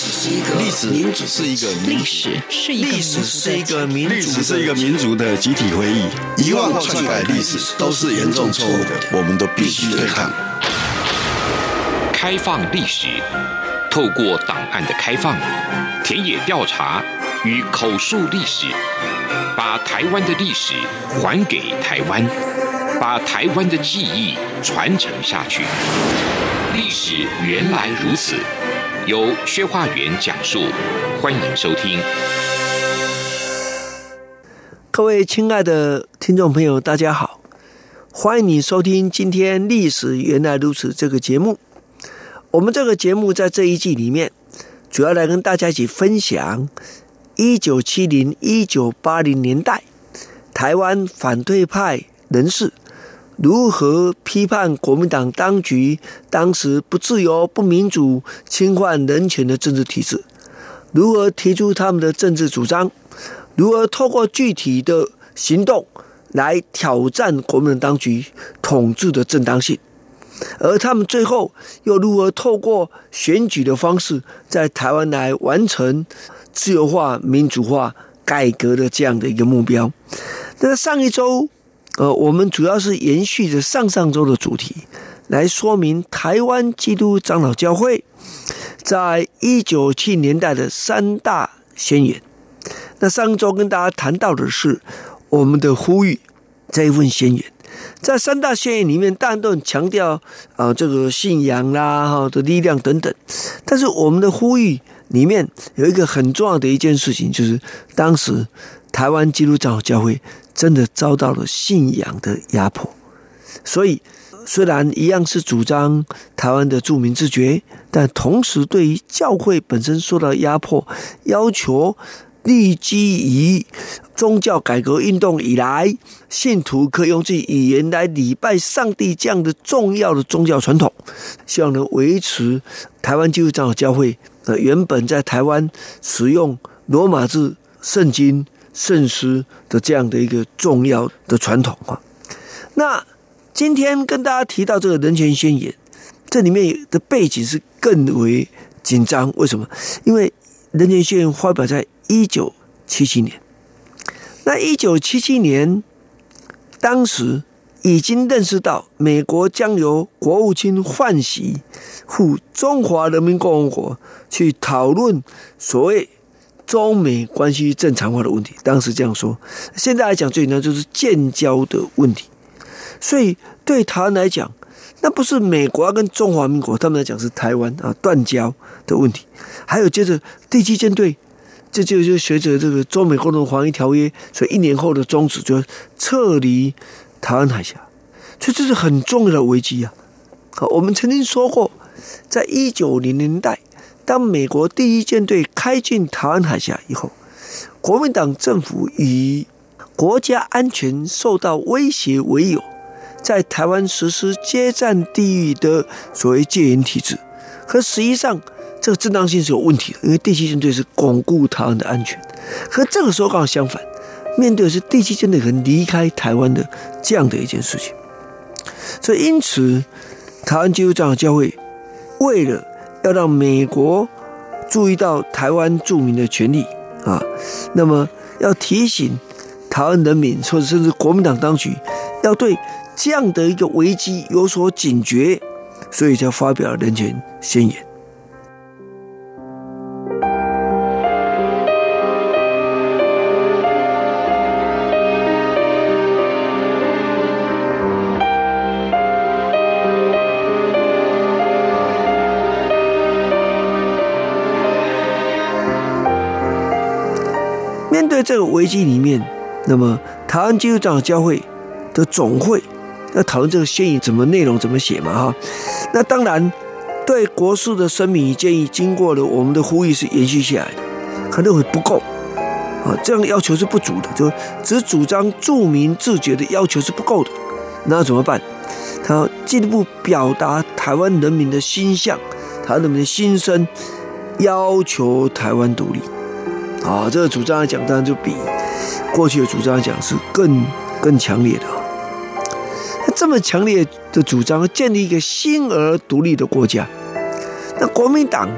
史是一个民族， 历史是一个民族的集体回忆。 遗忘或篡改历史都是严重错误的，我们都必须对抗。 开放历史，透过档案的开放、田野调查与口述历史，把台湾的历史还给台湾，把台湾的记忆传承下去。历史原来如此，由薛化元讲述，欢迎收听。 各位亲爱的听众朋友，大家好，欢迎你收听今天《历史原来如此》这个节目。我们这个节目在这一季里面，主要来跟大家一起分享1970、1980年代台湾反对派人士如何批判国民党当局当时不自由、不民主、侵犯人权的政治体制，如何提出他们的政治主张，如何透过具体的行动来挑战国民党当局统治的正当性，而他们最后又如何透过选举的方式在台湾来完成自由化、民主化、改革的这样的一个目标。那上一周我们主要是延续着上周的主题来说明台湾基督长老教会在1970年代的三大宣言。那上周跟大家谈到的是我们的呼吁这一份宣言，在三大宣言里面当然都很强调这个信仰啦的力量等等，但是我们的呼吁里面有一个很重要的一件事情，就是当时台湾基督长老教会真的遭到了信仰的压迫，所以虽然一样是主张台湾的住民自决，但同时对于教会本身受到压迫，要求立基于宗教改革运动以来，信徒可以用自己语言来礼拜上帝这样的重要的宗教传统，希望能维持台湾基督长老教会原本在台湾使用罗马字圣经圣诗的这样的一个重要的传统。那今天跟大家提到这个人权宣言，这里面的背景是更为紧张。为什么？因为人权宣言发表在1977年，那1977年当时已经认识到美国将由国务卿范习赴中华人民共和国去讨论所谓中美关系正常化的问题，当时这样说。现在来讲最难就是建交的问题，所以对台湾来讲，那不是美国要跟中华民国，他们来讲是台湾断交的问题。还有接着第七舰队，这就随着这个中美共同防御条约，所以1年后的终止，就撤离台湾海峡，所以这是很重要的危机啊。我们曾经说过，在1990年代，当美国第一舰队开进台湾海峡以后，国民党政府以国家安全受到威胁为由，在台湾实施接战地域的所谓戒严体制。可实际上这个正当性是有问题的，因为第七舰队是巩固台湾的安全。可这个时候刚好相反，面对的是第七舰队可能离开台湾的这样的一件事情。所以因此台湾基督长老教会为了要让美国注意到台湾住民的权利那么要提醒台湾人民或者甚至国民党当局要对这样的一个危机有所警觉，所以才发表人权宣言。面对这个危机里面，那么台湾基督长老教会的总会要讨论这个宣言怎么内容怎么写嘛那当然对国事的声明与建议经过了我们的呼吁是延续下来的，可认为不够这样的要求是不足的，就只主张住民自决的要求是不够的。那怎么办？他要进一步表达台湾人民的心向，台湾人民的心声，要求台湾独立这个主张来讲，当然就比过去的主张来讲是更强烈的。这么强烈的主张，建立一个新而独立的国家，那国民党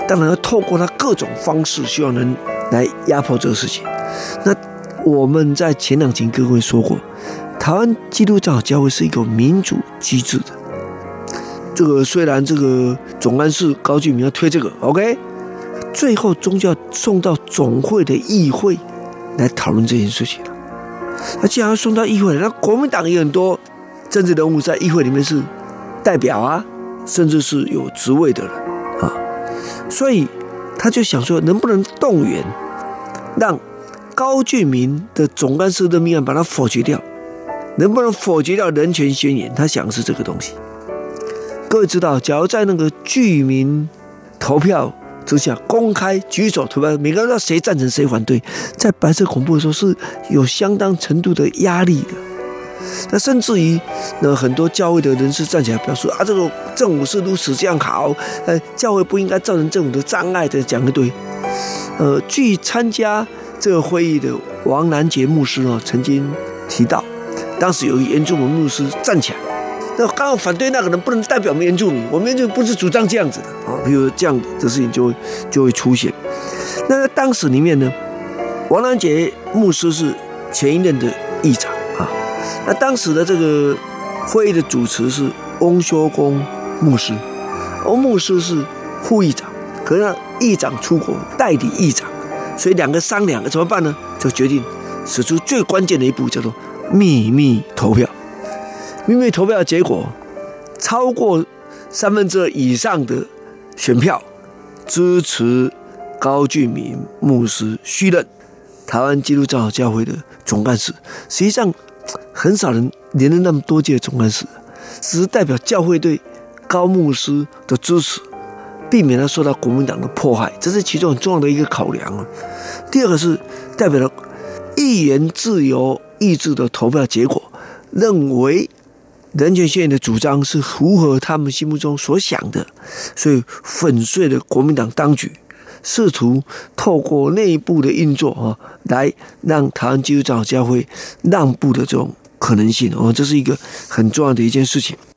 当然要透过他各种方式，希望能来压迫这个事情。那我们在前2集跟各位说过，台湾基督教教会是一个民主机制的。这个虽然这个总干事高俊明要推这个 ，OK， 最后终究要送到总会的议会来讨论这件事情了。那既然要送到议会，那国民党也很多政治人物在议会里面是代表啊，甚至是有职位的人啊，所以他就想说，能不能动员让高俊明的总干事的命案把它否决掉？能不能否决掉人权宣言？他想的是这个东西。各位知道，假如在那个居民投票之下公开举手投票，每个人知道谁赞成谁反对，在白色恐怖的时候是有相当程度的压力的。那甚至于很多教会的人士站起来表示啊，这个政府是如此这样好，教会不应该造成政府的障碍的，讲一堆。据参加这个会议的王南杰牧师曾经提到，当时有一个原住民牧师站起来，那刚好反对那个人不能代表我们原住民，我们原住民不是主张这样子的啊，比如这样的事情就会出现。那在当时里面呢，王南杰牧师是前一任的议长啊，那当时的这个会议的主持是翁修公牧师，翁牧师是副议长，可是议长出国代理议长，所以两个商量怎么办呢？就决定使出最关键的一步，叫做秘密投票。秘密投票的结果，超过2/3以上的选票支持高俊明牧师续任台湾基督教教会的总干事。实际上，很少人连任那么多届总干事，只是代表教会对高牧师的支持，避免他受到国民党的迫害，这是其中很重要的一个考量。第二个是代表了议员自由意志的投票结果，认为人权宣言的主张是符合他们心目中所想的，所以粉碎了国民党当局，试图透过内部的运作来让台湾基督教教会让步的这种可能性这是一个很重要的一件事情。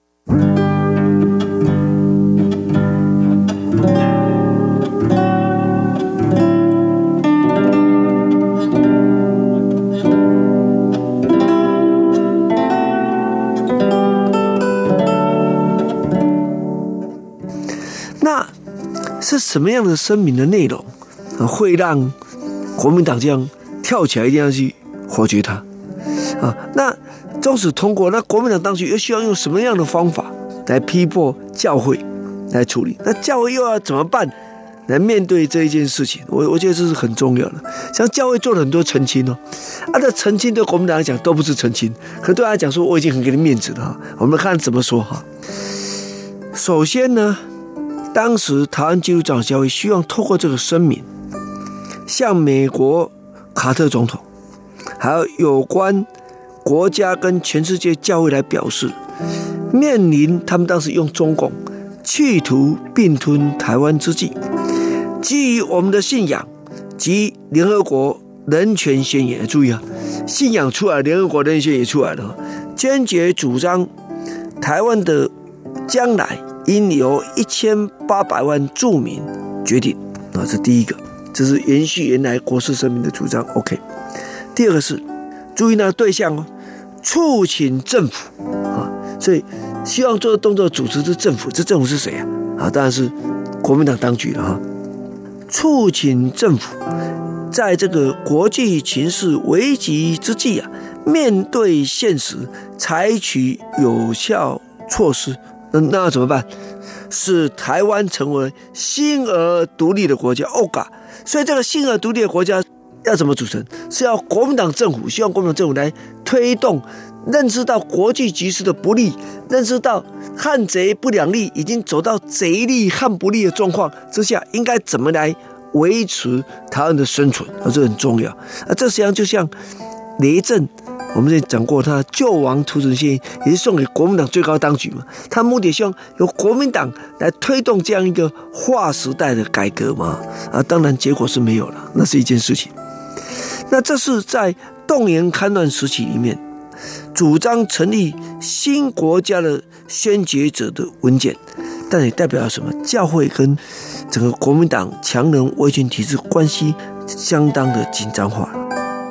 那是什么样的声明的内容会让国民党这样跳起来一定要去否决它那纵使通过，那国民党当局又需要用什么样的方法来批迫教会来处理？那教会又要怎么办来面对这一件事情？我觉得这是很重要的。像教会做了很多澄清这澄清对国民党来讲都不是澄清，可对他来讲说我已经很给你面子了我们看怎么说首先呢，当时台湾基督教教会希望透过这个声明，向美国卡特总统，还有有关国家跟全世界教会来表示，面临他们当时用中共企图并吞台湾之际，基于我们的信仰及联合国人权宣言，注意信仰出来，联合国人权宣言也出来了，坚决主张台湾的将来应由1800万住民决定这是第一个，这是延续原来国事声明的主张 OK。 第二个是注意那个对象促请政府所以希望做的动作主持是政府，这政府是谁当然是国民党当局了促请政府在这个国际情势危急之际面对现实采取有效措施，那要怎么办？使台湾成为新而独立的国家所以这个新而独立的国家要怎么组成？是要国民党政府，希望国民党政府来推动，认识到国际局势的不利，认识到汉贼不两立已经走到贼利汉不利的状况之下，应该怎么来维持台湾的生存这很重要这实际上就像雷震，我们之前讲过，他救亡图存宣言也是送给国民党最高当局嘛，他目的希望由国民党来推动这样一个划时代的改革嘛当然结果是没有了，那是一件事情。那这是在动员戡乱时期里面主张成立新国家的宣决者的文件， 但也代表什么？教会跟整个国民党强人威权体制关系相当的紧张化了。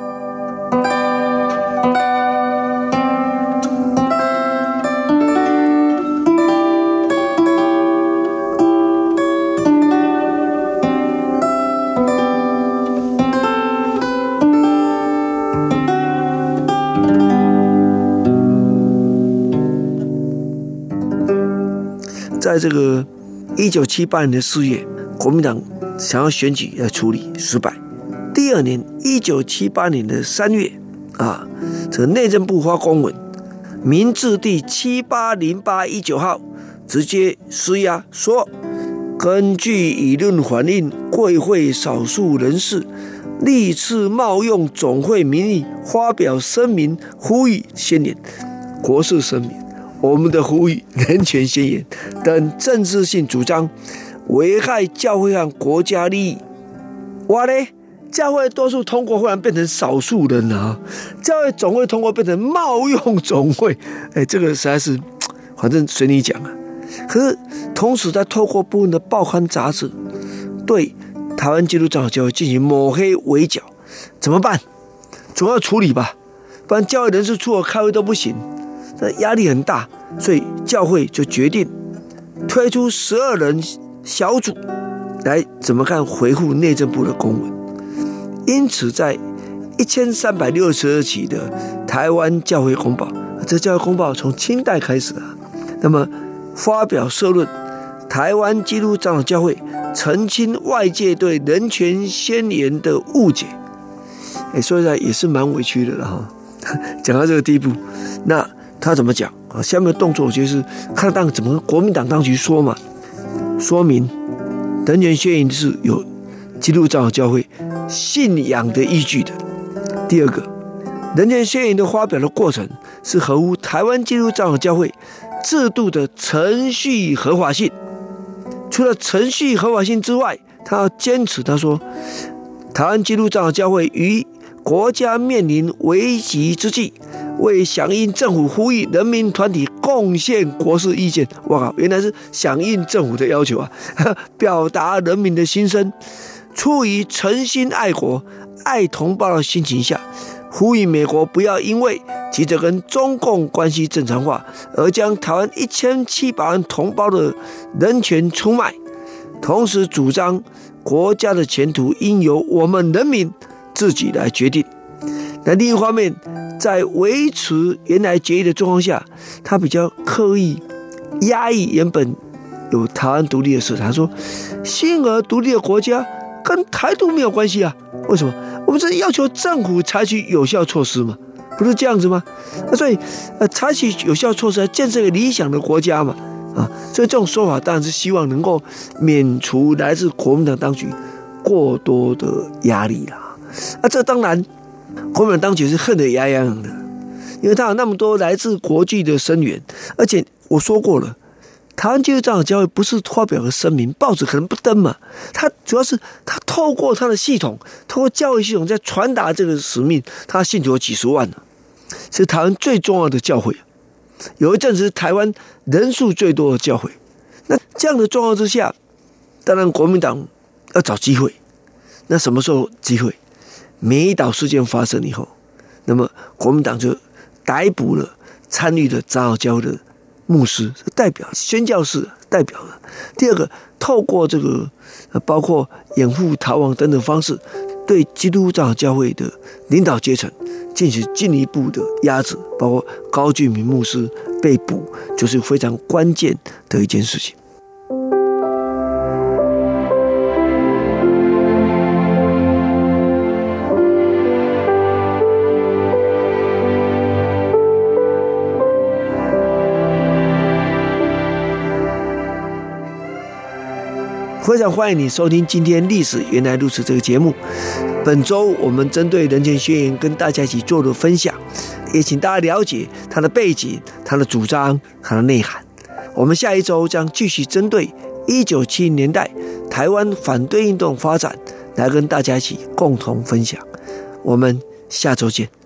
在这个1978年的4月，国民党想要选举来处理失败。第二年1978年的3月这个内政部发公文，民制第780819号直接施压说，根据舆论反映，贵会少数人士历次冒用总会名义发表声明，呼吁宣言国事声明、我们的呼吁、人权宣言等政治性主张，危害教会和国家利益。哇嘞！教会多数通过，忽然变成少数人啊！教会总会通过，变成冒用总会，这个实在是，反正随你讲啊。可是同时，在透过部分的报刊杂志对台湾基督长老教会进行抹黑围剿，怎么办？总要处理吧，不然教会人事出了开会都不行，这压力很大，所以教会就决定推出12人小组来怎么看回复内政部的公文。因此，在1362期的台湾教会公报，这教会公报从清代开始那么发表社论，台湾基督长老教会澄清外界对人权宣言的误解。说起来也是蛮委屈的了讲到这个地步，那他怎么讲下面的动作，我觉得是看当怎么国民党当局说嘛，说明人权宣言是有基督长老教会信仰的依据的。第二个，人权宣言的发表的过程是合乎台湾基督长老教会制度的程序合法性。除了程序合法性之外，他要坚持，他说，台湾基督长老教会于国家面临危急之际，为响应政府呼吁人民团体贡献国事意见。哇靠，原来是响应政府的要求表达人民的心声。出于诚心爱国、爱同胞的心情下，呼吁美国不要因为急着跟中共关系正常化，而将台湾1700万同胞的人权出卖。同时主张国家的前途应由我们人民自己来决定。那另一方面，在维持原来决议的状况下，他比较刻意压抑原本有台湾独立的色彩。他说，新而独立的国家跟台独没有关系啊？为什么？我们是要求政府采取有效措施嘛，不是这样子吗？所以采取有效措施来建设一个理想的国家嘛，所以这种说法当然是希望能够免除来自国民党当局过多的压力啦。这当然国民党当局是恨得牙痒痒的，因为他有那么多来自国际的声援，而且我说过了，台湾基督长老教会不是发表个声明，报纸可能不登嘛。他主要是他透过他的系统，透过教育系统在传达这个使命。他信徒有几十万是台湾最重要的教会。有一阵子是台湾人数最多的教会。那这样的状况之下，当然国民党要找机会。那什么时候机会？美丽岛事件发生以后，那么国民党就逮捕了参与的长老教会的牧师，代表宣教士代表的。第二个，透过这个包括掩护逃亡等等方式，对基督长老教会的领导阶层进行进一步的压制，包括高俊明牧师被捕，就是非常关键的一件事情。非常欢迎你收听今天历史原来如此这个节目。本周我们针对人权宣言跟大家一起做的分享，也请大家了解它的背景、它的主张、它的内涵。我们下一周将继续针对1970年代台湾反对运动发展来跟大家一起共同分享。我们下周见。